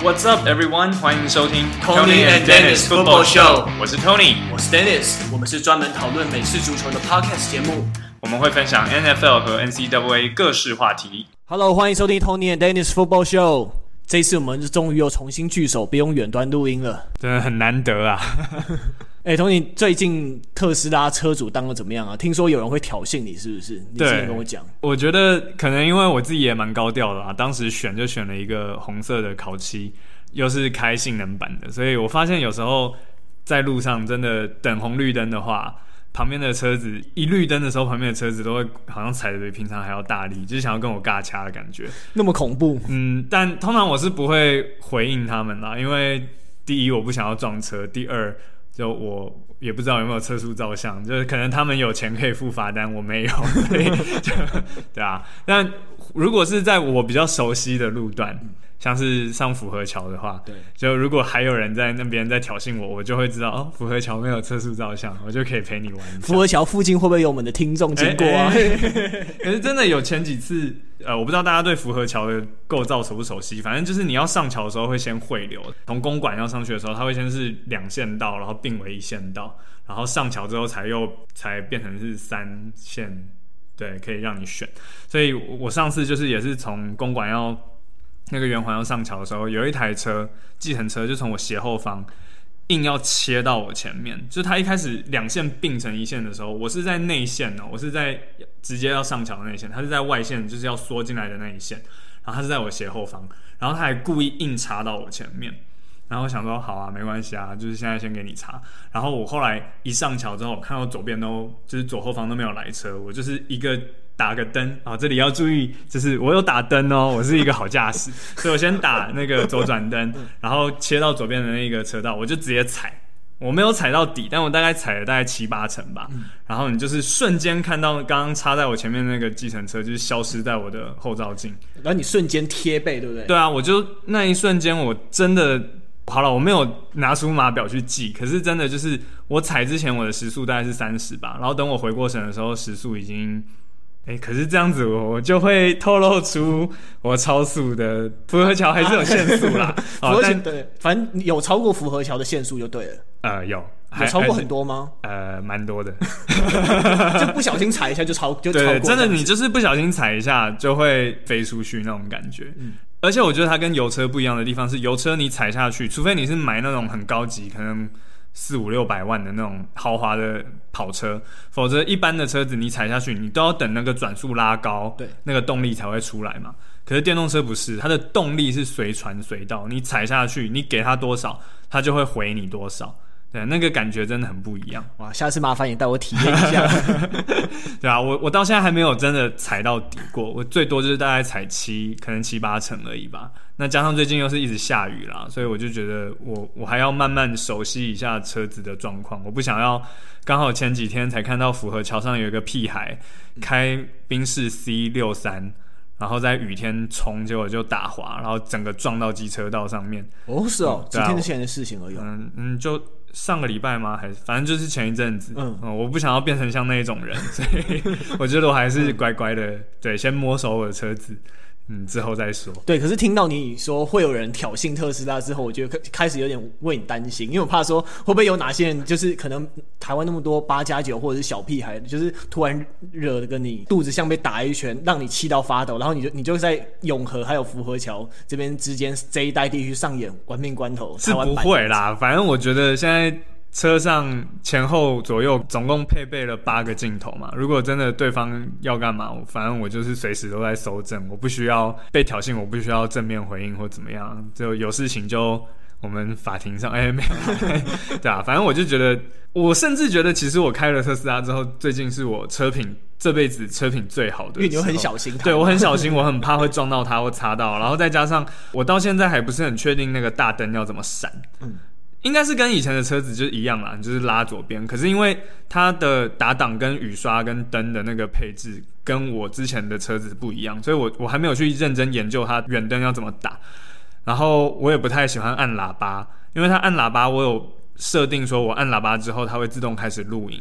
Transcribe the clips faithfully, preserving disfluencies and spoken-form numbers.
What's up, everyone？ 欢迎收听 Tony and Dennis Football Show。 我是 Tony， 我是 Dennis， 我们是专门讨论美式足球的 podcast 节目。 我们会分享 N F L 和 N C double A 各式话题。 Hello， 欢迎收听 Tony and Dennis Football Show。这一次我们终于又重新聚首，不用远端录音了， 真的很难得啊！ 哎、欸、，Tony， 最近特斯拉车主当的怎么样啊？听说有人会挑衅你，是不是？你之前跟我讲。 我觉得可能因为我自己也蛮高调的啊，当时选就选了一个红色的烤漆，又是开性能版的，所以我发现有时候在路上真的等红绿灯的话，旁边的车子一绿灯的时候，旁边的车子都会好像踩得比平常还要大力，就是想要跟我尬掐的感觉。 那么恐怖？嗯， 但通常我是不会回应他们啦，因为第一我不想要撞车，第二就我也不知道有没有测速照相，就是可能他们有钱可以付罚单，我没有，所以就对啊。但如果是在我比较熟悉的路段，像是上福和桥的话，对，就如果还有人在那边在挑衅我，我就会知道哦，福和桥没有测速照相，我就可以陪你玩一下。 福和桥附近会不会有我们的听众经过啊？欸欸、可是真的有前几次，呃，我不知道大家对福和桥的构造熟不熟悉，反正就是你要上桥的时候会先汇流，从公馆要上去的时候，它会先是两线道，然后并为一线道，然后上桥之后才又才变成是三线，对，可以让你选。所以我上次就是也是从公馆要那个圆环要上桥的时候，有一台车计程车就从我斜后方硬要切到我前面，就是他一开始两线并成一线的时候，我是在内线哦，我是在直接要上桥的内线，他是在外线，就是要缩进来的那一线，然后他是在我斜后方，然后他还故意硬插到我前面，然后我想说好啊，没关系啊，就是现在先给你插。然后我后来一上桥之后，我看到左边都就是左后方都没有来车，我就是一个打个灯啊，这里要注意，就是我有打灯哦，我是一个好驾驶，所以我先打那个左转灯，然后切到左边的那个车道，我就直接踩，我没有踩到底，但我大概踩了大概七八成吧。嗯、然后你就是瞬间看到刚刚插在我前面那个计程车，就是消失在我的后照镜， 然后你瞬间贴背，对不对？ 对啊，我就那一瞬间我真的。好了，我没有拿出码表去记，可是真的就是我踩之前我的时速大概是三十吧，然后等我回过神的时候，时速已经，哎、欸，可是这样子我就会透露出我超速的。福和桥还是有限速啦， 福和桥对，反正有超过福和桥的限速就对了。 呃，有， 有超过很多吗？ 呃，蛮多的， 就不小心踩一下就超就超过。 对，真的你就是不小心踩一下就会飞出去那种感觉。嗯。而且我觉得它跟油车不一样的地方是，油车你踩下去，除非你是买那种很高级，可能四五六百万的那种豪华的跑车，否则一般的车子你踩下去，你都要等那个转速拉高，对，那个动力才会出来嘛。可是电动车不是，它的动力是随传随到，你踩下去，你给它多少，它就会回你多少。对，那个感觉真的很不一样。 哇，下次麻烦你带我体验一下。 对啊，我我到现在还没有真的踩到底过，我最多就是大概踩七，可能七八成而已吧。那加上最近又是一直下雨啦，所以我就觉得我我还要慢慢熟悉一下车子的状况。我不想要刚好前几天才看到福和桥上有一个屁孩开宾士 C 六十三。然后在雨天冲，结果就打滑，然后整个撞到机车道上面。 哦，是哦，几天之前的事情而已。 嗯嗯，就上个礼拜吗？还是反正就是前一阵子。嗯, 嗯，我不想要变成像那一种人，所以我觉得我还是乖乖的，对，先摸熟我的车子。嗯，之后再说。 对，可是听到你说会有人挑衅特斯拉之后，我觉得开始有点为你担心，因为我怕说会不会有哪些人，就是可能台湾那么多八加九或者是小屁孩，就是突然惹的跟你肚子像被打一拳，让你气到发抖，然后你就你就在永和还有福和桥这边之间这一带地区上演玩命关头。 是不会啦，反正我觉得现在。车上前后左右总共配备了八个镜头嘛，如果真的对方要干嘛，反正我就是随时都在搜证，我不需要被挑衅，我不需要正面回应或怎么样，就有事情就我们法庭上，哎、欸，没有，对啊，反正我就觉得，我甚至觉得，其实我开了特斯拉之后，最近是我车品这辈子车品最好的时候， 因为你很小心， 对我很小心，我很怕会撞到它或擦到，然后再加上我到现在还不是很确定那个大灯要怎么闪，嗯。应该是跟以前的车子就一样啦，就是拉左边。可是因为它的打档跟雨刷跟灯的那个配置跟我之前的车子不一样，所以我我还没有去认真研究它远灯要怎么打。然后我也不太喜欢按喇叭，因为它按喇叭我有设定说我按喇叭之后它会自动开始录影。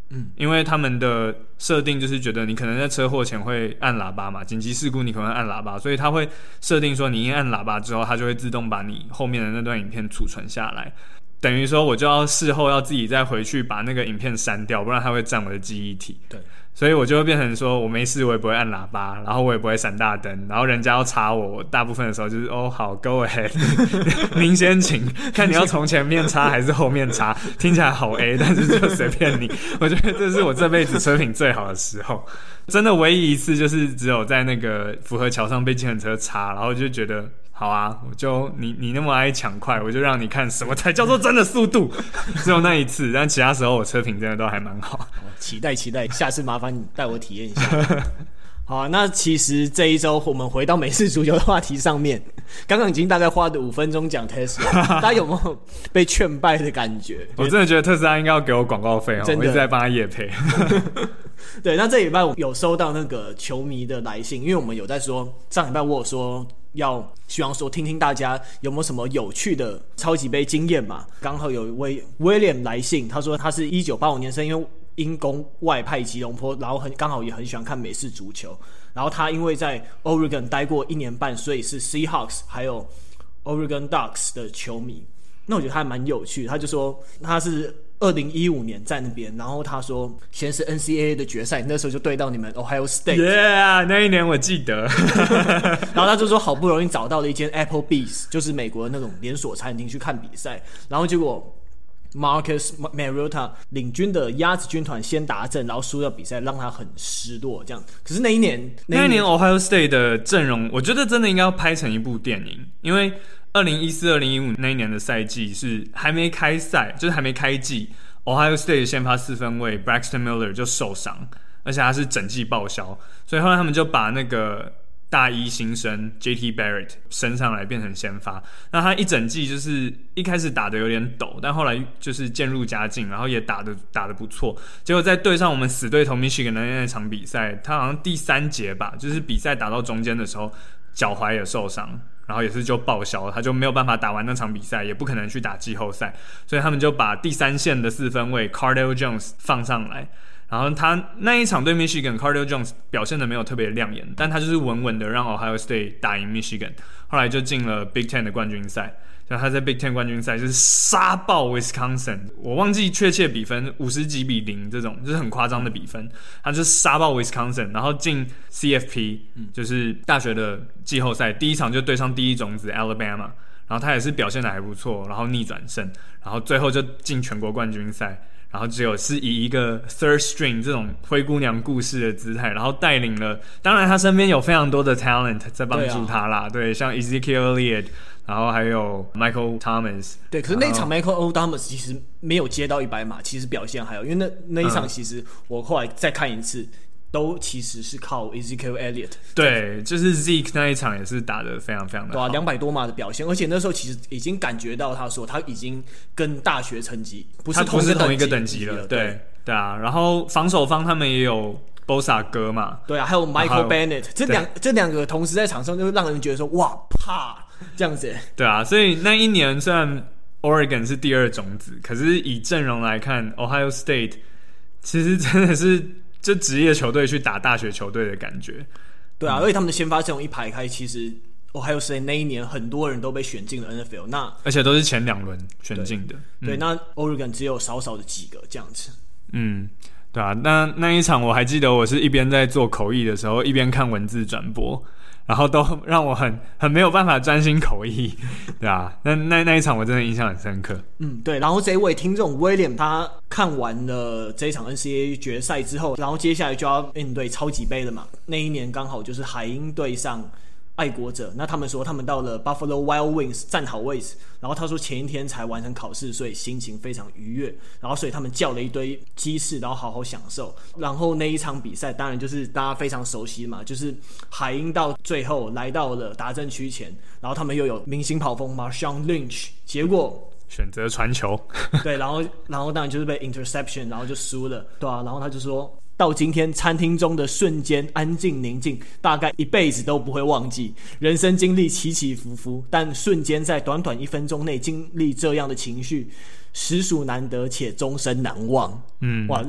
嗯，因为他们的设定就是觉得你可能在车祸前会按喇叭嘛，紧急事故你可能会按喇叭，所以他会设定说你一按喇叭之后，他就会自动把你后面的那段影片储存下来。等于说我就要事后要自己再回去把那个影片删掉，不然它会占我的记忆体。 对， 所以我就会变成说我没事我也不会按喇叭，然后我也不会闪大灯，然后人家要插我，我大部分的时候就是哦好 go ahead 您先请，看你要从前面插还是后面插，听起来好 A 但是就随便你。我觉得这是我这辈子车品最好的时候，真的唯一一次就是只有在那个福和桥上被计程车插，然后就觉得好啊，我就你你那么爱抢快，我就让你看什么才叫做真的速度。只有那一次，但其他时候我车品真的都还蛮好。 期待期待，下次麻烦你带我体验一下。好、啊，那其实这一周我们回到美式足球的话题上面，刚刚已经大概花了五分钟讲 Tesla， 大家有没有被劝败的感觉？ 我真的觉得特斯拉应该要给我广告费哦， 真的我一直在帮他业配。 对，那这礼拜我有收到那个球迷的来信，因为我们有在说上礼拜我有说要希望说听听大家有没有什么有趣的超级杯经验嘛，刚好有一位 William 来信，他说他是一九八五年生，因为因公外派吉隆坡，然后很刚好也很喜欢看美式足球，然后他因为在 Oregon 待过一年半，所以是 Seahawks 还有 Oregon Ducks 的球迷。那我觉得他还蛮有趣的，他就说他是二零一五年在那边，然后他说先是 N C A A 的决赛，那时候就对到你们 Ohio State， yeah 那一年我记得。 然后他就说好不容易找到了一间 Applebee's， 就是美国的那种连锁餐厅去看比赛，然后结果Marcus Mariota 领军的鸭子军团先达阵，然后输掉比赛，让他很失落。这样，可是那一年， 那一年 Ohio State 的阵容，我觉得真的应该要拍成一部电影，因为二零一四、二零一五那一年的赛季是还没开赛，就是还没开季 ，Ohio State 的先发四分卫 Braxton Miller 就受伤，而且他是整季报销，所以后来他们就把那个大一新生 J T Barrett 升上来变成先发，那他一整季就是一开始打得有点抖，但后来就是渐入佳境，然后也打得打得不错。结果在对上我们死对头 Michigan 的那场比赛，他好像第三节吧，就是比赛打到中间的时候，脚踝也受伤，然后也是就报销，他就没有办法打完那场比赛，也不可能去打季后赛，所以他们就把第三线的四分卫 Cardale Jones 放上来。然后他那一场对 Michigan Cardale Jones 表现的没有特别亮眼，但他就是稳稳的让 Ohio State 打赢 Michigan， 后来就进了 Big Ten 的冠军赛。像他在 Big Ten 冠军赛就是杀爆 Wisconsin， 我忘记确切比分，五十几比零这种就是很夸张的比分，他就杀爆 Wisconsin， 然后进 C F P， 就是大学的季后赛，第一场就对上第一种子 Alabama， 然后他也是表现的还不错，然后逆转胜，然后最后就进全国冠军赛。然后只有是以一个 third string 这种灰姑娘故事的姿态，然后带领了，当然他身边有非常多的 talent 在帮助他啦， 对,、啊、对，像 Ezekiel Elliott， 然后还有 Michael Thomas， 对，可是那一场 Michael Thomas 其实没有接到一百码，其实表现还好，因为那那一场其实我后来再看一次。都其实是靠 Ezekiel Elliott， 对，就是 Zeke 那一场也是打得非常非常的好， 对啊，两百多码的表现，而且那时候其实已经感觉到他说他已经跟大学成绩不是同他不是同一个等级了，对 对, 对啊，然后防守方他们也有 Bosa 哥嘛， 对啊，还有 Michael Bennett， 这两这两个同时在场上就让人觉得说哇啪这样子，对啊，所以那一年虽然 Oregon 是第二种子，可是以阵容来看 Ohio State 其实真的是就职业球队去打大学球队的感觉， 对啊，嗯、而且他们的先发阵容一排开，其实 Ohio State 那一年很多人都被选进了 N F L， 那而且都是前两轮选进的， 对，嗯、对那 Oregon 只有少少的几个这样子， 嗯，对啊，那那一场我还记得，我是一边在做口译的时候，一边看文字转播。然后都让我很很没有办法专心口译，对啊，那那那一场我真的印象很深刻。 嗯，对。然后这一位听众 William 他看完了这一场 N C A A 决赛之后，然后接下来就要面对超级杯了嘛。那一年刚好就是海鹰对上爱国者，那他们说他们到了 Buffalo Wild Wings 站好位置，然后他说前一天才完成考试，所以心情非常愉悦，然后所以他们叫了一堆鸡翅，然后好好享受。然后那一场比赛当然就是大家非常熟悉嘛，就是海鹰到最后来到了达阵区前，然后他们又有明星跑锋 Marshawn Lynch， 结果选择传球， 对，然后然后当然就是被 interception， 然后就输了，对啊，然后他就说到今天餐厅中的瞬间安静宁静，大概一辈子都不会忘记。人生经历起起伏伏，但瞬间在短短一分钟内经历这样的情绪，实属难得且终身难忘。 嗯， 哇，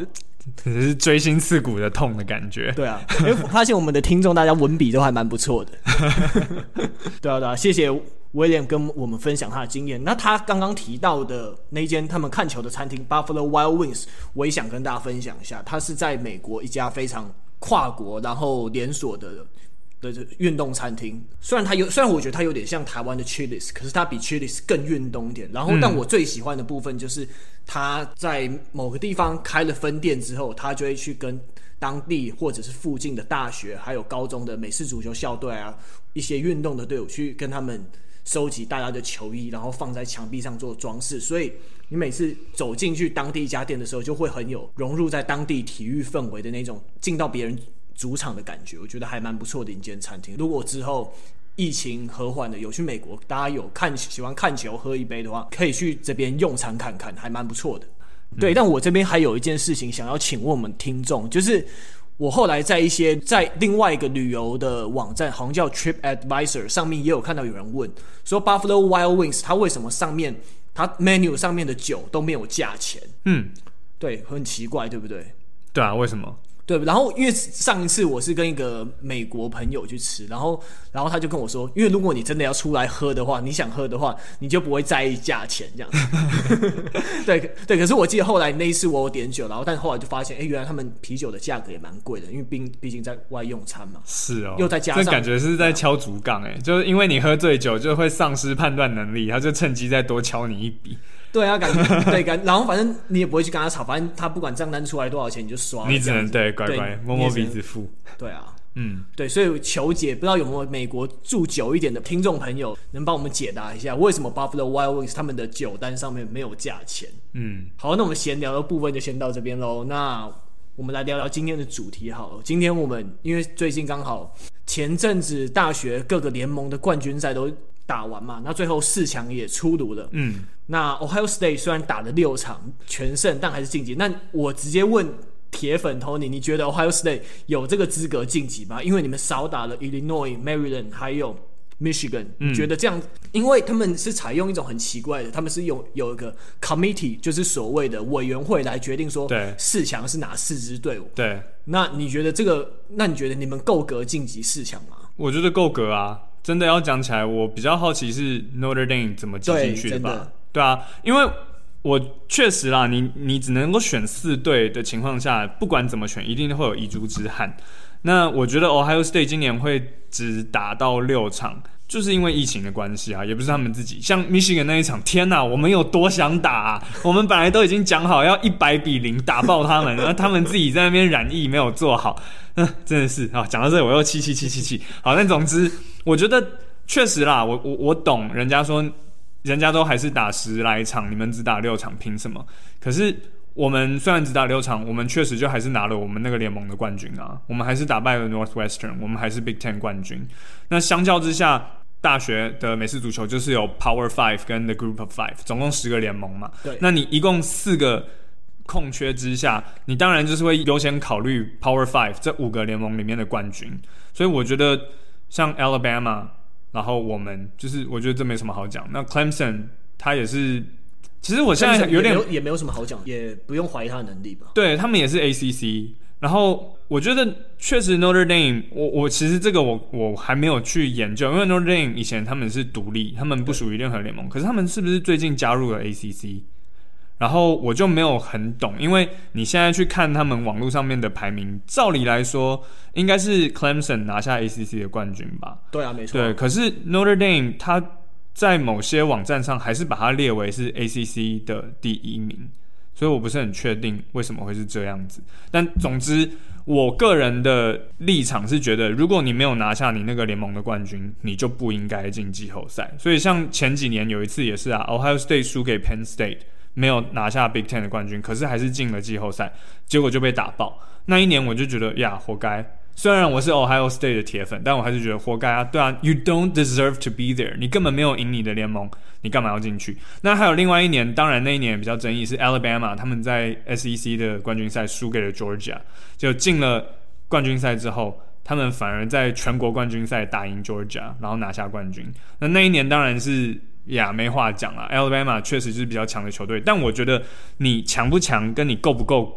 只是锥心刺骨的痛的感觉。 对啊，因为发现我们的听众大家文笔都还蛮不错的。对啊对啊，谢谢威廉跟我们分享他的经验。那他刚刚提到的那一间他们看球的餐厅 Buffalo Wild Wings， 我也想跟大家分享一下。它是在美国一家非常跨国然后连锁的的运动餐厅。虽然它有，虽然我觉得它有点像台湾的 Chili's， 可是它比 Chili's 更运动一点。然后，但我最喜欢的部分就是它在某个地方开了分店之后，它就会去跟当地或者是附近的大学还有高中的美式足球校队啊，一些运动的队伍去跟他们收集大家的球衣，然后放在墙壁上做装饰。所以你每次走进去当地一家店的时候，就会很有融入在当地体育氛围的那种进到别人主场的感觉。我觉得还蛮不错的一间餐厅。如果之后疫情和缓的有去美国，大家有看喜欢看球喝一杯的话，可以去这边用餐看看，还蛮不错的。对，但我这边还有一件事情想要请问我们听众，就是我后来在一些在另外一个旅游的网站，好像叫 TripAdvisor 上面也有看到有人问说 Buffalo Wild Wings 它为什么上面它 menu 上面的酒都没有价钱？嗯，对，很奇怪，对不对？ 对啊，为什么？ 对，然后因为上一次我是跟一个美国朋友去吃，然后然后他就跟我说，因为如果你真的要出来喝的话，你想喝的话，你就不会在意价钱这样子。对对，可是我记得后来那一次我有点酒，然后但后来就发现，哎，原来他们啤酒的价格也蛮贵的，因为毕毕竟在外用餐嘛。 是哦， 又再加上这感觉是在敲竹杠哎，就是因为你喝醉酒就会丧失判断能力，他就趁机再多敲你一笔。 对啊，感觉对感，然后反正你也不会去跟他吵，反正他不管账单出来多少钱你就刷， 你只能对乖乖摸摸鼻子付。 对啊，嗯，对，所以求解，不知道有没有美国住久一点的听众朋友能帮我们解答一下，为什么 Buffalo Wild Wings 他们的酒单上面没有价钱？嗯，好，那我们闲聊的部分就先到这边喽。那我们来聊聊今天的主题好了。今天我们因为最近刚好前阵子大学各个联盟的冠军赛都打完嘛，那最后四强也出炉了。嗯，那 Ohio State 虽然打了六场全胜，但还是晋级。那我直接问铁粉 Tony， 你觉得 Ohio State 有这个资格晋级吗？因为你们少打了 Illinois、Maryland 还有 Michigan，你觉得这样？因为他们是采用一种很奇怪的，他们是有有一个 committee， 就是所谓的委员会来决定说四强是哪四支队伍。 对， 那你觉得这个？那你觉得你们够格晋级四强吗？ 我觉得够格啊。真的要讲起来，我比较好奇是 Notre Dame 怎么挤进去的吧？对，对啊，因为我确实啦，你你只能够选四队的情况下，不管怎么选，一定会有遗珠之憾。那我觉得 Ohio State 今年会只打到六场，就是因为疫情的关系啊，也不是他们自己。像 Michigan 那一场，天哪，我们有多想打啊！我们本来都已经讲好要一百比零打爆他们，然后他们自己在那边染疫没有做好，嗯，真的是啊。讲到这里我又气气气气气。好，但总之，我觉得确实啦，我我我懂，人家说人家都还是打十来场，你们只打六场，凭什么？可是我们虽然只打六场，我们确实就还是拿了我们那个联盟的冠军啊，我们还是打败了 Northwestern， 我们还是 Big Ten 冠军。那相较之下，大学的美式足球就是有 Power Five 跟 The Group of Five， 总共十个联盟嘛。对，那你一共四个空缺之下，你当然就是会优先考虑 Power Five 这五个联盟里面的冠军。所以我觉得像 Alabama， 然后我们就是我觉得这没什么好讲。那 Clemson 他也是。其实我现在有点也, 没有也没有什么好讲，也不用怀疑他的能力吧。 对，他们也是 A C C， 然后我觉得确实 Notre Dame， 我我其实这个我我还没有去研究，因为 Notre Dame 以前他们是独立，他们不属于任何联盟，可是他们是不是最近加入了 A C C？ 然后我就没有很懂，因为你现在去看他们网络上面的排名，照理来说应该是 Clemson 拿下 A C C 的冠军吧？ 对啊，没错。 对，可是 Notre Dame 他在某些网站上还是把它列为是 A C C 的第一名，所以我不是很确定为什么会是这样子。但总之，我个人的立场是觉得，如果你没有拿下你那个联盟的冠军，你就不应该进季后赛。所以像前几年有一次也是啊 ，Ohio State 输给 Penn State， 没有拿下 Big Ten 的冠军，可是还是进了季后赛，结果就被打爆。那一年我就觉得呀，活该。虽然我是 Ohio State 的铁粉，但我还是觉得活该啊！对啊 ，You don't deserve to be there， 你根本没有赢你的联盟，你干嘛要进去？那还有另外一年，当然那一年也比较争议是 Alabama， 他们在 S E C 的冠军赛输给了 Georgia， 就进了冠军赛之后，他们反而在全国冠军赛打赢 Georgia， 然后拿下冠军。那那一年当然是呀没话讲啦 ，Alabama 确实就是比较强的球队，但我觉得你强不强跟你够不够格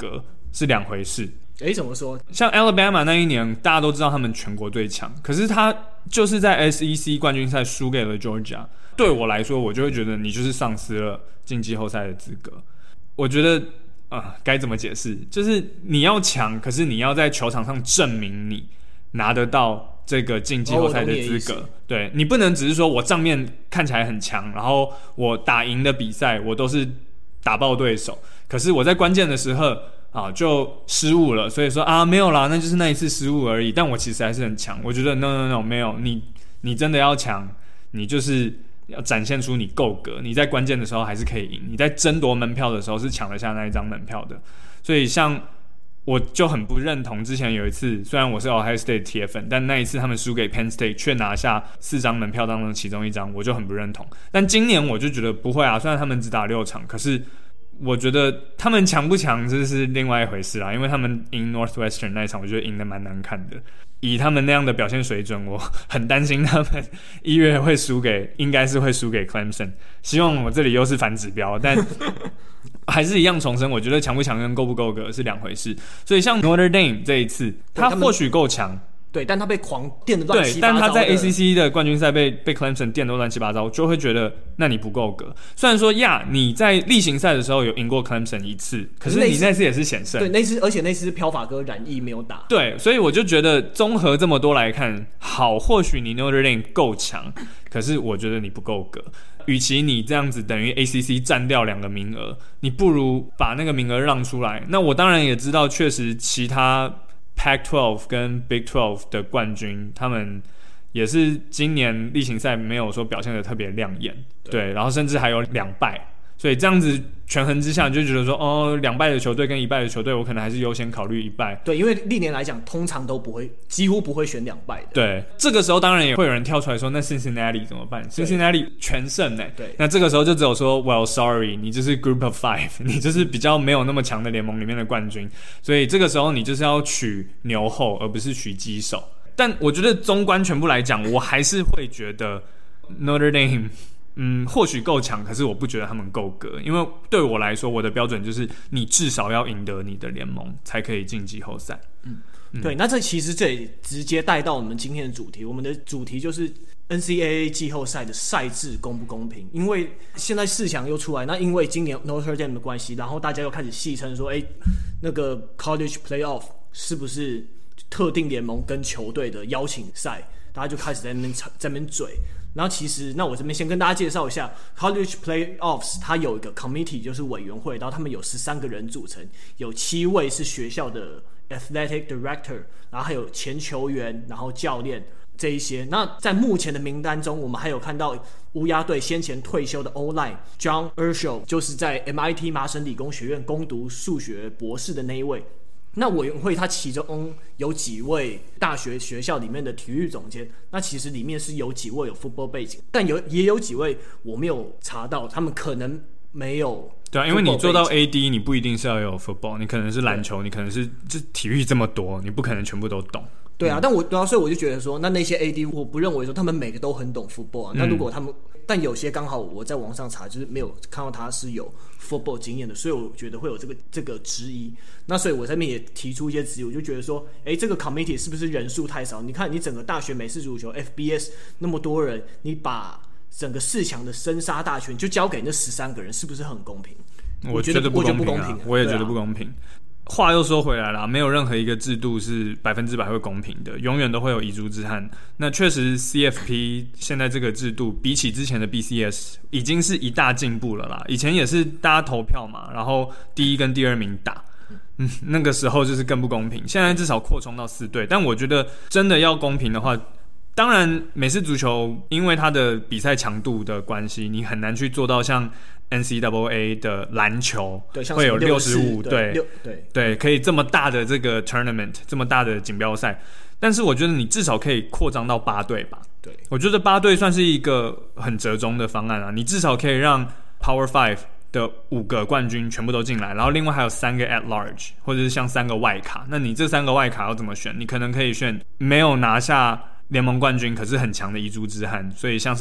是两回事。 诶，怎么说？ 像 Alabama 那一年，大家都知道他们全国最强，可是他就是在 S E C 冠军赛输给了 Georgia。对我来说，我就会觉得你就是丧失了进季后赛的资格。我觉得啊，该、呃、怎么解释？就是你要强，可是你要在球场上证明你拿得到这个进季后赛的资格。哦、对，你不能只是说我账面看起来很强，然后我打赢的比赛我都是打爆对手，可是我在关键的时候。啊，就失误了，所以说啊，没有啦，那就是那一次失误而已。但我其实还是很强，我觉得 no no no 没有，你你真的要强，你就是要展现出你够格，你在关键的时候还是可以赢，你在争夺门票的时候是抢得下那一张门票的。所以像我就很不认同，之前有一次，虽然我是 Ohio State 铁粉，但那一次他们输给 Penn State 却拿下四张门票当中的其中一张，我就很不认同。但今年我就觉得不会啊，虽然他们只打六场，可是。我觉得他们强不强这是另外一回事啦，因为他们赢 Northwestern 那一场，我觉得赢得蛮难看的。以他们那样的表现水准，我很担心他们一月会输给，应该是会输给 Clemson。希望我这里又是反指标，但还是一样重申，我觉得强不强跟够不够格是两回事。所以像 Notre Dame 这一次，他或许够强。 对，但他被狂电的乱七八糟的。 对，但他在 A C C 的冠军赛被被 Clemson 电的乱七八糟，就会觉得那你不够格。虽然说呀，你在例行赛的时候有赢过 Clemson 一次，可是你那次也是险胜。 对，那次而且那次是飘法哥染疫没有打。 对，所以我就觉得综合这么多来看，好，或许你 Notre Dame 够强，可是我觉得你不够格。与其你这样子等于 A C C 占掉两个名额，你不如把那个名额让出来。那我当然也知道，确实其他。Pac 十二 跟 Big 十二 的冠军，他们也是今年例行赛没有说表现得特别亮眼， 对, 对，然后甚至还有两败，所以这样子权衡之下，你就觉得说，哦，两败的球队跟一败的球队，我可能还是优先考虑一败。 对，因为历年来讲，通常都不会，几乎不会选两败的。 对，这个时候当然也会有人跳出来说，那 Cincinnati 怎么办 ？Cincinnati 全胜呢、欸？ 对， 那这个时候就只有说 ，Well, sorry， 你就是 Group of Five， 你就是比较没有那么强的联盟里面的冠军，所以这个时候你就是要取牛后，而不是取鸡首。但我觉得综观全部来讲，我还是会觉得 Notre Dame。嗯，或许够强，可是我不觉得他们够格，因为对我来说，我的标准就是你至少要赢得你的联盟，才可以进季后赛。 嗯，嗯对，那这其实这也直接带到我们今天的主题，我们的主题就是 N C double A 季后赛的赛制公不公平？因为现在四强又出来，那因为今年 Notre Dame 的关系，然后大家又开始戏称说，哎，那个 College Playoff 是不是特定联盟跟球队的邀请赛？大家就开始在那边在那边嘴。然后其实，那我这边先跟大家介绍一下 College Playoffs， 它有一个 committee， 就是委员会，然后他们有十三个人组成，有七位是学校的 athletic director， 然后还有前球员，然后教练这一些。那在目前的名单中，我们还有看到乌鸦队先前退休的 O-line John Urschel， 就是在 M I T 麻省理工学院攻读数学博士的那一位。那委员会它其中有几位大学学校里面的体育总监，那其实里面是有几位有 football 背景，但有也有几位我没有查到，他们可能没有。 对啊，因为你做到 A D， 你不一定是要有 football， 你可能是篮球，你可能是就体育这么多，你不可能全部都懂。 对啊，嗯、但我对啊，所以我就觉得说，那那些 A D， 我不认为说他们每个都很懂 football 啊。嗯、那如果他们，但有些刚好我在网上查，就是没有看到他是有 football 经验的，所以我觉得会有这个这个质疑。那所以我这边也提出一些质疑，我就觉得说，哎，这个 committee 是不是人数太少？你看，你整个大学美式足球 F B S 那么多人，你把整个四强的生杀大权就交给那十三个人，是不是很公平？ 我觉得不公平、啊，我也觉得不公平。啊、话又说回来啦，没有任何一个制度是百分之百会公平的，永远都会有遗珠之憾。那确实 C F P 现在这个制度比起之前的 B C S 已经是一大进步了啦。以前也是大家投票嘛，然后第一跟第二名打。嗯，那个时候就是更不公平。现在至少扩充到四队，但我觉得真的要公平的话，当然美式足球因为它的比赛强度的关系，你很难去做到像 N C double A 的篮球会有六十五队，对对，可以这么大的这个 tournament， 这么大的锦标赛。但是我觉得你至少可以扩张到八队吧。对，我觉得八队算是一个很折中的方案啊。你至少可以让 Power Five的五个冠军全部都进来，然后另外还有三个 at large， 或者是像三个外卡。那你这三个外卡要怎么选？你可能可以选没有拿下联盟冠军可是很强的遗珠之憾，所以像是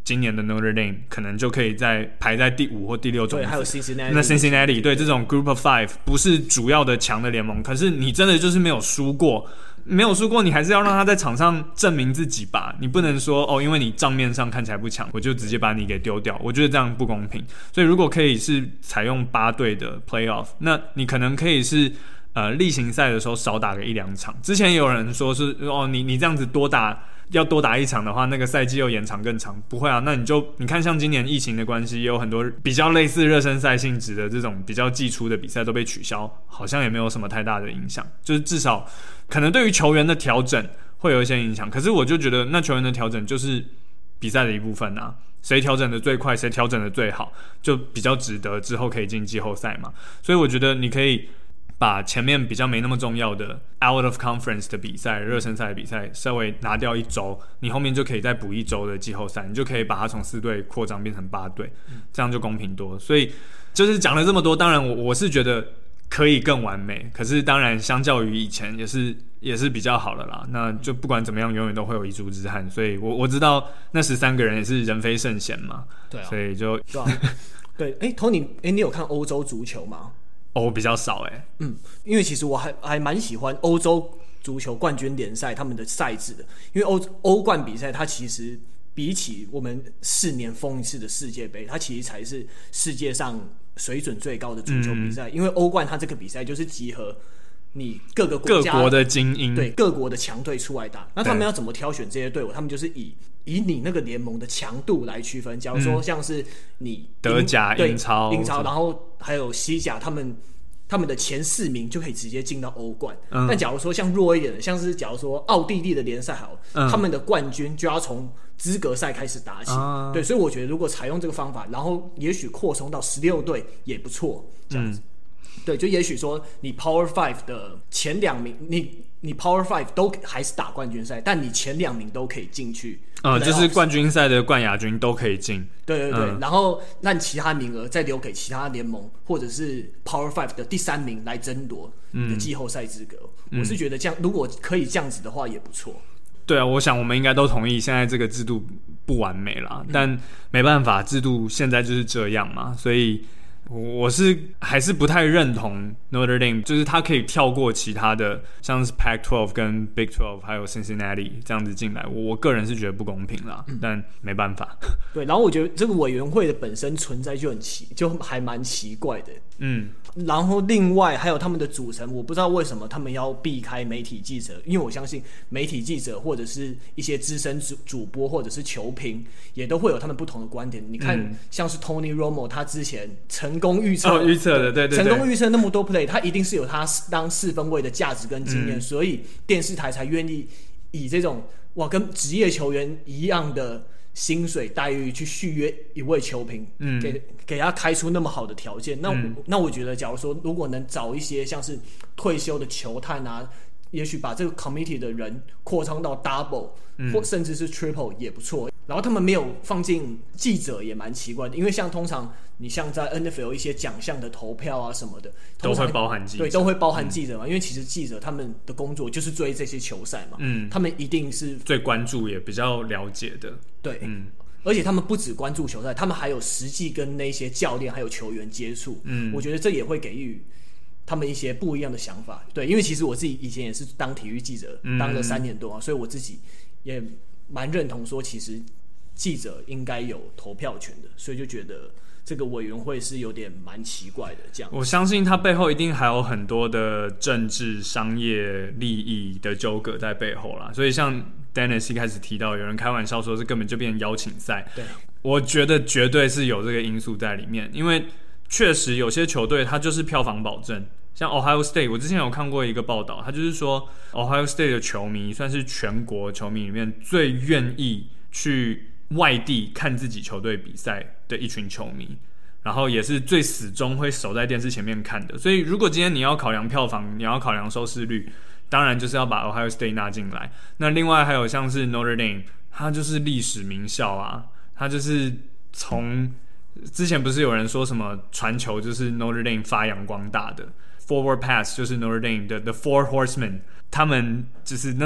今年的 Notre Dame 可能就可以在排在第五或第六种子。 对，还有 Cincinnati， 那 Cincinnati 对这种 Group of Five 不是主要的强的联盟，可是你真的就是没有输过。没有输过，你还是要让他在场上证明自己吧。你不能说哦，因为你账面上看起来不强，我就直接把你给丢掉。我觉得这样不公平。所以如果可以是采用八队的 Playoff， 那你可能可以是呃例行赛的时候少打个一两场。之前也有人说是哦，你你这样子多打。要多打一场的话，那个赛季又延长更长，不会啊？那你就你看，像今年疫情的关系，也有很多比较类似热身赛性质的这种比较季初的比赛都被取消，好像也没有什么太大的影响。就是至少可能对于球员的调整会有一些影响，可是我就觉得那球员的调整就是比赛的一部分啊。谁调整的最快，谁调整的最好，就比较值得之后可以进季后赛嘛。所以我觉得你可以。把前面比较没那么重要的 out of conference 的比赛、热身赛的比赛稍微拿掉一周，你后面就可以再补一周的季后赛，你就可以把它从四队扩张变成八队，这样就公平多。所以就是讲了这么多，当然我我是觉得可以更完美，可是当然相较于以前也是也是比较好了啦。那就不管怎么样，永远都会有遗珠之憾。所以我我知道那十三个人也是人非圣贤嘛， 对啊， 所以就对啊，对，哎 ，Tony， 哎，你有看欧洲足球吗？ 哦，比较少哎、欸， 嗯，因为其实我还还蛮喜欢欧洲足球冠军联赛他们的赛制的，因为欧欧冠比赛它其实比起我们四年封一次的世界杯，它其实才是世界上水准最高的足球比赛。嗯、因为欧冠它这个比赛就是集合你各个国家各国的精英， 对各国的强队出来打，那他们要怎么挑选这些队伍？他们就是以以你那个联盟的强度来区分。假如说像是你德甲、英超、 英超，然后还有西甲，他们他们的前四名就可以直接进到欧冠。嗯、但假如说像弱一点的，像是假如说奥地利的联赛好，嗯、他们的冠军就要从资格赛开始打起。啊、对，所以我觉得如果采用这个方法，然后也许扩充到十六队也不错，这样子。嗯对，就也许说你 Power Five 的前两名，你你 Power Five 都还是打冠军赛，但你前两名都可以进去。 嗯，就是冠军赛的冠亚军都可以进。 对对对， 嗯、 然后让其他名额再留给其他联盟或者是 Power Five 的第三名来争夺你的季后赛资格。嗯、我是觉得这样，如果可以这样子的话，也不错。 对啊，我想我们应该都同意，现在这个制度不完美啦，嗯、但没办法，制度现在就是这样嘛，所以。我是还是不太认同 Notre Dame， 就是他可以跳过其他的，像是 Pac 十二 跟 Big 十二还有 Cincinnati 这样子进来，我个人是觉得不公平啦，嗯、但没办法。对， 然后我觉得这个委员会的本身存在就很奇，就还蛮奇怪的。嗯，然后另外还有他们的组成，我不知道为什么他们要避开媒体记者，因为我相信媒体记者或者是一些资深主主播或者是球评也都会有他们不同的观点。你看，嗯、像是 Tony Romo 他之前成功预测， 哦，预测的，对对对， 成功预测那么多 play， 他一定是有他当四分卫的价值跟经验，嗯、所以电视台才愿意以这种哇跟职业球员一样的薪水待遇去续约一位球评，嗯，给给他开出那么好的条件。那我、嗯、那我觉得，假如说如果能找一些像是退休的球探啊，也许把这个 committee 的人扩张到 double，嗯、或甚至是 triple 也不错。然后他们没有放进记者也蛮奇怪的，因为像通常你像在 N F L 一些奖项的投票啊什么的， 都会包含记者， 对，都会包含记者嘛。嗯、因为其实记者他们的工作就是追这些球赛嘛，嗯，他们一定是最关注也比较了解的， 对，嗯。而且他们不只关注球赛，他们还有实际跟那些教练还有球员接触。嗯，我觉得这也会给予他们一些不一样的想法。对，因为其实我自己以前也是当体育记者，嗯、当了三年多啊，所以我自己也蛮认同说，其实记者应该有投票权的，所以就觉得这个委员会是有点蛮奇怪的。这样， 我相信它背后一定还有很多的政治、商业利益的纠葛在背后啦。所以像 Dennis 一开始提到，有人开玩笑说这根本就变成邀请赛。 对， 我觉得绝对是有这个因素在里面，因为确实有些球队它就是票房保证。像 Ohio State， 我之前有看过一个报道，他就是说 Ohio State 的球迷算是全国球迷里面最愿意去外地看自己球队比赛的一群球迷，然后也是最始终会守在电视前面看的。所以如果今天你要考量票房，你要考量收视率，当然就是要把 Ohio State 纳进来。那另外还有像是 Notre Dame， 它就是历史名校啊，它就是从之前不是有人说什么传球就是 Notre Dame 发扬光大的， Forward Pass 就是 Notre Dame 的 The Four Horsemen， 他们就是那种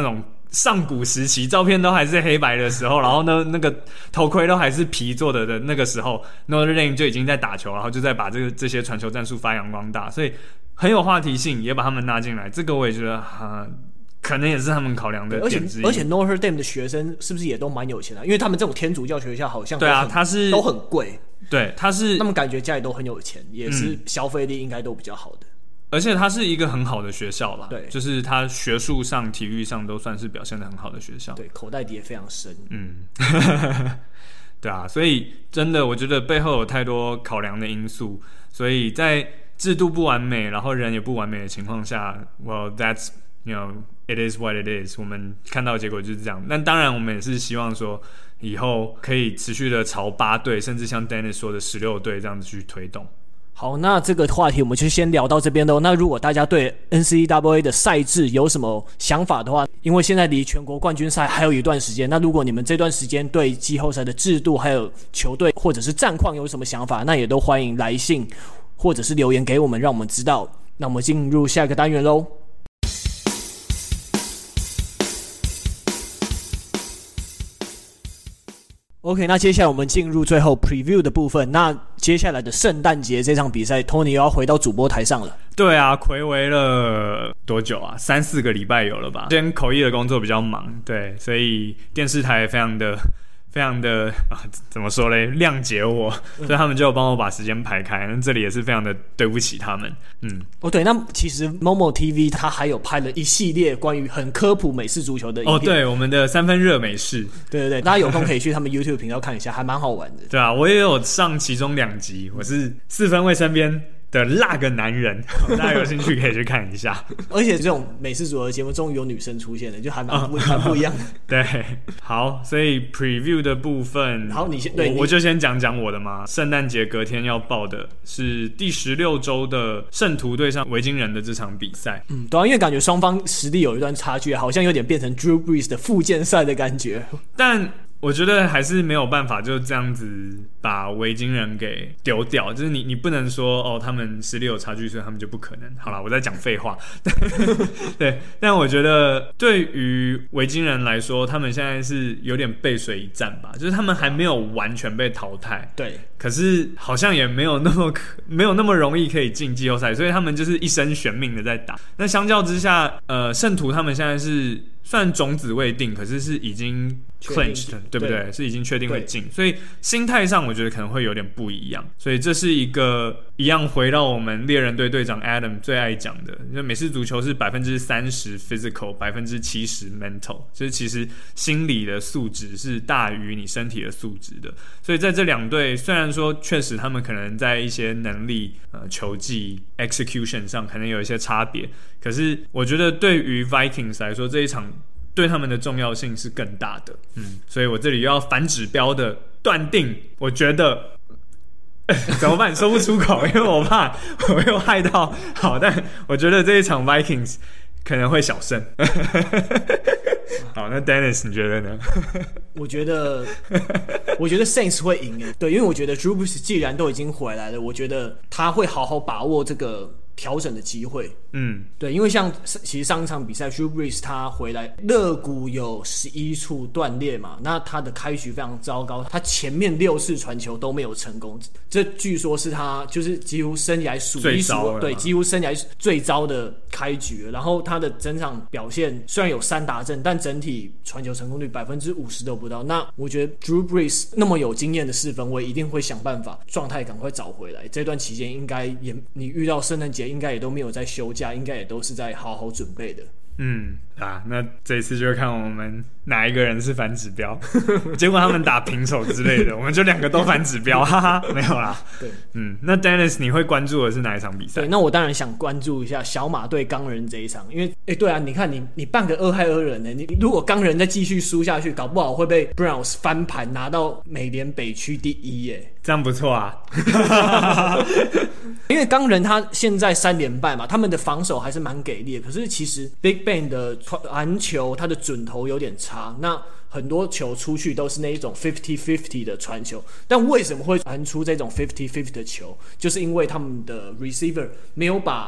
上古时期照片都还是黑白的时候，然后呢那个头盔都还是皮做的的那个时候 Notre Dame 就已经在打球，然后就在把这个这些传球战术发扬光大，所以很有话题性，也把他们拉进来，这个我也觉得哈、呃，可能也是他们考量的点之一。 而且而且 Notre Dame 的学生是不是也都蛮有钱的？因为他们这种天主教学校好像对啊，他是都很贵， 对，他是他们感觉家里都很有钱，也是消费力应该都比较好的。 而且它是一个很好的学校啦， 对， 就是它学术上、体育上都算是表现得很好的学校。 对，口袋底也非常深。嗯， 对啊，所以真的，我觉得背后有太多考量的因素，所以在制度不完美，然后人也不完美的情况下 ，Well, that's you know, it is what it is。我们看到的结果就是这样。但当然，我们也是希望说，以后可以持续的朝八队，甚至像 Dennis 说的十六队这样子去推动。 好，那这个话题我们就先聊到这边喽。那如果大家对 N C double A 的赛制有什么想法的话，因为现在离全国冠军赛还有一段时间，那如果你们这段时间对季后赛的制度还有球队或者是战况有什么想法，那也都欢迎来信或者是留言给我们，让我们知道。那我们进入下一个单元喽。OK， 那接下来我们进入最后 preview 的部分。那接下来的圣诞节这场比赛 ，Tony 又要回到主播台上了。 对啊，睽违了多久啊？三四个礼拜有了吧？今天口译的工作比较忙，对，所以电视台非常的。非常的啊，怎么说嘞？谅解我，所以他们就帮我把时间排开。那这里也是非常的对不起他们。嗯， 哦对，那其实 Momo T V 它还有拍了一系列关于很科普美式足球的影片。 哦，对，我们的三分热美式。 对对对，大家有空可以去他们 YouTube 频道看一下，还蛮好玩的。 对啊，我也有上其中两集，我是四分卫身边的那个男人，大家有兴趣可以去看一下。 而且这种美式足球的节目终于有女生出现了，就还蛮不蛮不一样的。 对，好，所以 preview 的部分， 好，你先对， 我, 我就先讲讲我的嘛。圣诞节隔天要报的是第十六周的圣徒对上维京人的这场比赛。 嗯，对啊，因为感觉双方实力有一段差距，好像有点变成 Drew Brees 的复健赛的感觉。 但我觉得还是没有办法就这样子把维京人给丢掉，就是你你不能说哦他们实力有差距，所以他们就不可能。好啦，我在讲废话。对，但我觉得对于维京人来说，他们现在是有点背水一战吧，就是他们还没有完全被淘汰。 对， 可是好像也没有那么没有那么容易可以进季后赛，所以他们就是一生悬命的在打。那相较之下，呃，圣徒他们现在是虽然种子未定，可是是已经 clinched， 对不 对, 对？是已经确定会进，所以心态上我觉得可能会有点不一样。所以这是一个一样回到我们猎人队队长 Adam 最爱讲的，就美式足球是百分之三十 physical， 百分之七十 mental， 就是其实心理的素质是大于你身体的素质的。所以在这两队，虽然说确实他们可能在一些能力、呃球技、execution 上可能有一些差别，可是我觉得对于 Vikings 来说，这一场对他们的重要性是更大的。嗯，所以我这里又要反指标的断定，我觉得怎么办？说不出口，因为我怕我又害到。好，但我觉得这一场 Vikings 可能会小胜。好，那 Dennis 你觉得呢？ 我觉得，我觉得 Saints 会赢诶。对，因为我觉得 Drew Brees 既然都已经回来了，我觉得他会好好把握这个调整的机会。嗯，对，因为像其实上一场比赛 Drew Brees 他回来肋骨有十一处断裂嘛，那他的开局非常糟糕，他前面六次传球都没有成功，这据说是他就是几乎生涯数一数二，对，几乎生涯最糟的开局了。然后他的整场表现虽然有三达阵，但整体传球成功率百分之五十都不到。那我觉得 Drew Brees 那么有经验的四分卫一定会想办法状态赶快找回来。这段期间应该也你遇到圣诞节应该也都没有在休假，应该也都是在好好准备的。嗯啊，那这一次就看我们哪一个人是反指标，结果他们打平手之类的，我们就两个都反指标，哈哈，没有啦。对，嗯，那 Dennis 你会关注的是哪一场比赛？ 对，那我当然想关注一下小马对钢人这一场，因为，哎，对啊，你看你你半个俄亥俄人呢，你如果钢人再继续输下去，搞不好会被 Browns 翻盘拿到美联北区第一耶。 这样不错啊。 因为钢人他现在三连败嘛，他们的防守还是蛮给力的，可是其实 Big Ben 的传球他的准头有点差，那很多球出去都是那一种 fifty fifty 的传球，但为什么会传出这种 fifty fifty 的球，就是因为他们的 receiver 没有把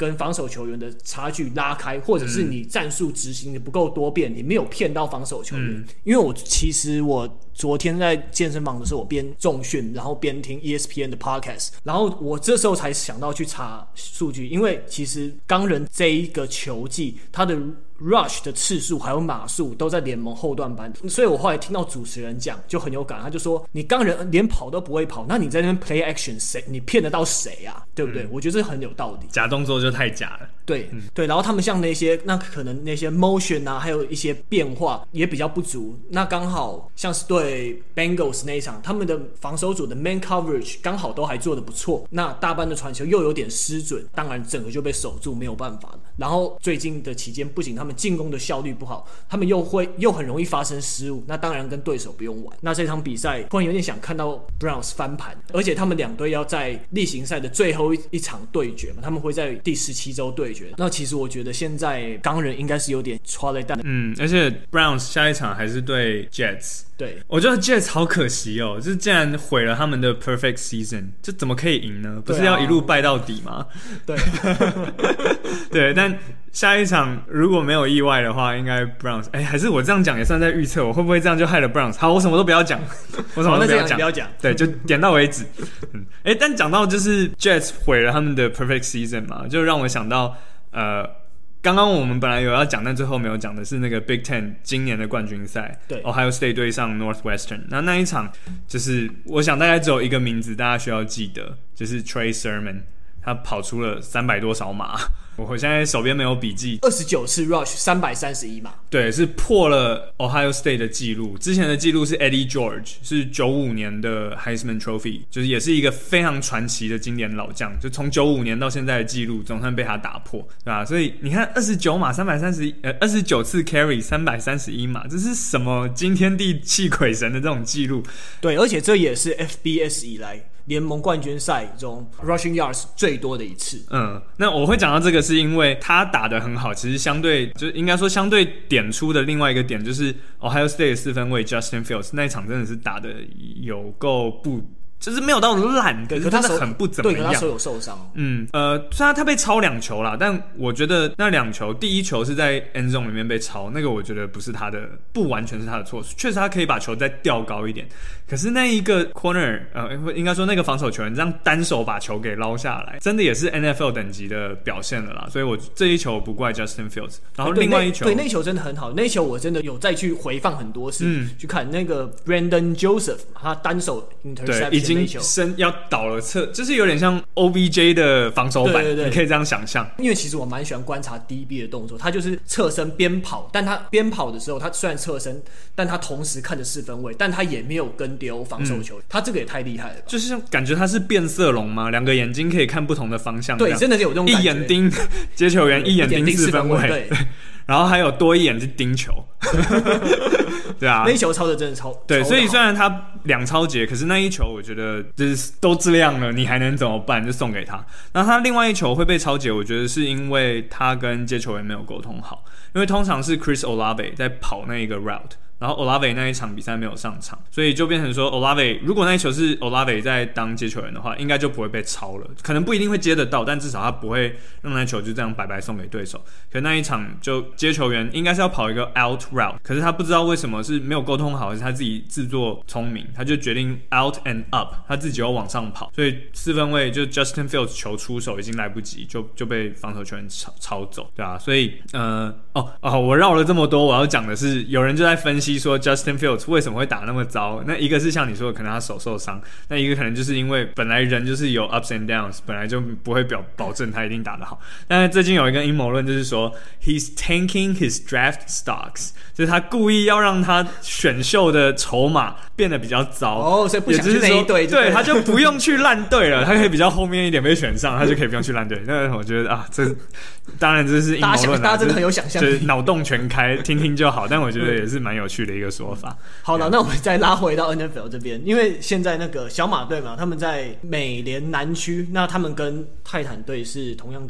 跟防守球员的差距拉开，或者是你战术执行的不够多变，你没有骗到防守球员。嗯、因为我其实我昨天在健身房的时候，我边重训，然后边听 E S P N 的 podcast， 然后我这时候才想到去查数据，因为其实钢人这一个球季，他的rush 的次数还有码数都在联盟后段班，所以我后来听到主持人讲就很有感，他就说你钢人连跑都不会跑，那你在那边 play action 谁你骗得到谁啊？对不对？嗯、我觉得这很有道理。 假动作就太假了。 对、嗯、对，然后他们像那些那可能那些 motion 啊，还有一些变化也比较不足。那刚好像是对 Bengals 那一场，他们的防守组的 man coverage 刚好都还做得不错，那大班的传球又有点失准，当然整个就被守住，没有办法了。然后最近的期间，不仅他们进攻的效率不好，他们又会又很容易发生失误，那当然跟对手不用玩。那这场比赛突然有点想看到 Browns 翻盘，而且他们两队要在例行赛的最后 一, 一场对决嘛，他们会在第十七周对决。那其实我觉得现在钢人应该是有点抓雷蛋， 嗯，而且 Browns 下一场还是对 Jets。 对， 我觉得 Jets 好可惜哦，就是竟然毁了他们的 perfect season， 这怎么可以赢呢？不是要一路败到底吗？ 对， 对，但下一场如果没有意外的话，应该 Browns， 哎，还是我这样讲也算在预测，我会不会这样就害了 Browns？ 好，我什么都不要讲，我什么都不要讲， 不要讲， 对，就点到为止。嗯，哎，但讲到就是 Jets 毁了他们的 perfect season 嘛，就让我想到呃。刚刚我们本来有要讲，但最后没有讲的是那个 Big Ten 今年的冠军赛， 对 ，Ohio State 对上 Northwestern。那那一场就是我想大概只有一个名字大家需要记得，就是 Trey Sermon， 他跑出了三百多少码。我现在手边没有笔记， 二十九次 rush 三百三十一码， 对，是破了 Ohio State 的记录。之前的记录是 Eddie George， 是九五年的 Heisman Trophy， 就是也是一个非常传奇的经典老将，就从九五年到现在的记录总算被他打破，对吧？所以你看二十九码三百三十一，呃，二十九次 carry 三百三十一码，这是什么惊天地泣鬼神的这种记录？ 对，而且这也是 F B S 以来联盟冠军赛中 rushing yards 最多的一次。 嗯，那我会讲到这个是因为他打得很好，其实相对就是应该说相对点出的另外一个点就是 Ohio State 的四分卫 Justin Fields 那一场真的是打得有够不。就是没有到烂，可是真的很不怎么样。 对，可他手有受伤。 嗯，呃，虽然他被抄两球啦，但我觉得那两球，第一球是在 end zone 里面被抄，那个我觉得不是他的，不完全是他的错。确实他可以把球再吊高一点，可是那一个 corner， 呃，应该说那个防守球员这样单手把球给捞下来，真的也是 N F L 等级的表现了啦。所以我这一球不怪 Justin Fields， 然后另外一球， 对，那一球真的很好，那一球我真的有再去回放很多次，嗯、去看那个 Brandon Joseph 他单手 interception 已经身要倒了侧，就是有点像 O B J 的防守版，对对对，你可以这样想象。 因为其实我蛮喜欢观察 D B 的动作，他就是侧身边跑，但他边跑的时候，他虽然侧身，但他同时看着四分卫，但他也没有跟丢防守球，嗯、他这个也太厉害了吧。 就是感觉他是变色龙吗？两个眼睛可以看不同的方向， 对，真的是有这种感觉。 一眼盯接球员，一眼盯四分卫， 对。 然后还有多一眼是盯球，对啊， 那一球抄的真的超对，所以虽然他两抄截，可是那一球我觉得就是都这样了，你还能怎么办？就送给他。然后他另外一球会被抄截，我觉得是因为他跟接球员没有沟通好，因为通常是 Chris Olave 在跑那一个 route。然后 Olave 那一场比赛没有上场，所以就变成说 Olave 如果那一球是 Olave 在当接球员的话，应该就不会被抄了，可能不一定会接得到，但至少他不会让那球就这样白白送给对手。可那一场就接球员应该是要跑一个 out route， 可是他不知道为什么是没有沟通好，还是他自己自作聪明，他就决定 out and up， 他自己要往上跑，所以四分卫就 Justin Fields 球出手已经来不及，就就被防守球员抄抄走，对啊，所以呃哦哦，我绕了这么多，我要讲的是有人就在分析说 Justin Fields 为什么会打那么糟？那一个是像你说的，可能他手受伤；那一个可能就是因为本来人就是有 ups and downs， 本来就不会表保证他一定打得好。但是最近有一个阴谋论，就是说 he's tanking his draft stocks， 就是他故意要让他选秀的筹码变得比较糟。 哦，所以不想去那一队， 对，他就不用去烂队了，他可以比较后面一点被选上，他就可以不用去烂队。那我觉得啊，这当然这是阴谋论、啊， 大家真的很有想象力， 就是脑洞全开，听听就好。但我觉得也是蛮有趣的一个说法。 好了，那我们再拉回到 N F L 这边，因为现在那个小马队嘛，他们在美联南区，那他们跟泰坦队是同样都是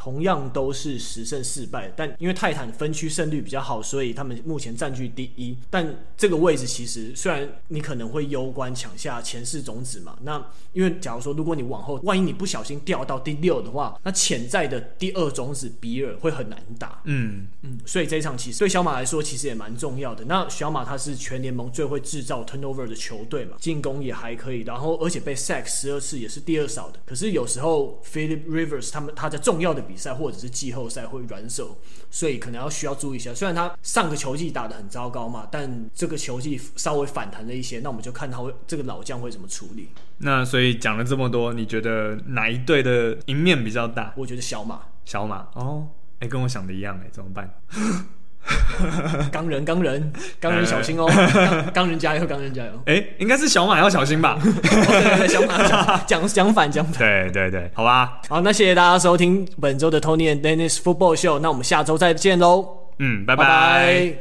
同样都是十胜四败，但因为泰坦分区胜率比较好，所以他们目前占据第一。但这个位置其实虽然你可能会攸关抢下前四种子嘛，那因为假如说如果你往后，万一你不小心掉到第六的话，那潜在的第二种子比尔会很难打。嗯嗯，所以这一场其实对小马来说其实也蛮重要的。那小马他是全联盟最会制造 turnover 的球队嘛，进攻也还可以，然后而且被 sack 十二次也是第二少的。可是有时候 Philip Rivers 他们他在重要的比赛或者是季后赛会软手，所以可能要需要注意一下。虽然他上个球季打得很糟糕嘛，但这个球季稍微反弹了一些，那我们就看他会这个老将会怎么处理。 那所以讲了这么多，你觉得哪一队的赢面比较大？ 我觉得小马。 小马哦，哎、欸，跟我想的一样哎，怎么办？ 钢人，钢人，钢人小心哦！钢人加油，钢人加油！ 哎、欸，应该是小马要小心吧？ 哦、对对对，小马讲讲反讲反。 对对对，好吧。 好，那谢谢大家收听本周的 Tony and Dennis Football Show， 那我们下周再见喽。 嗯，拜拜。 拜拜。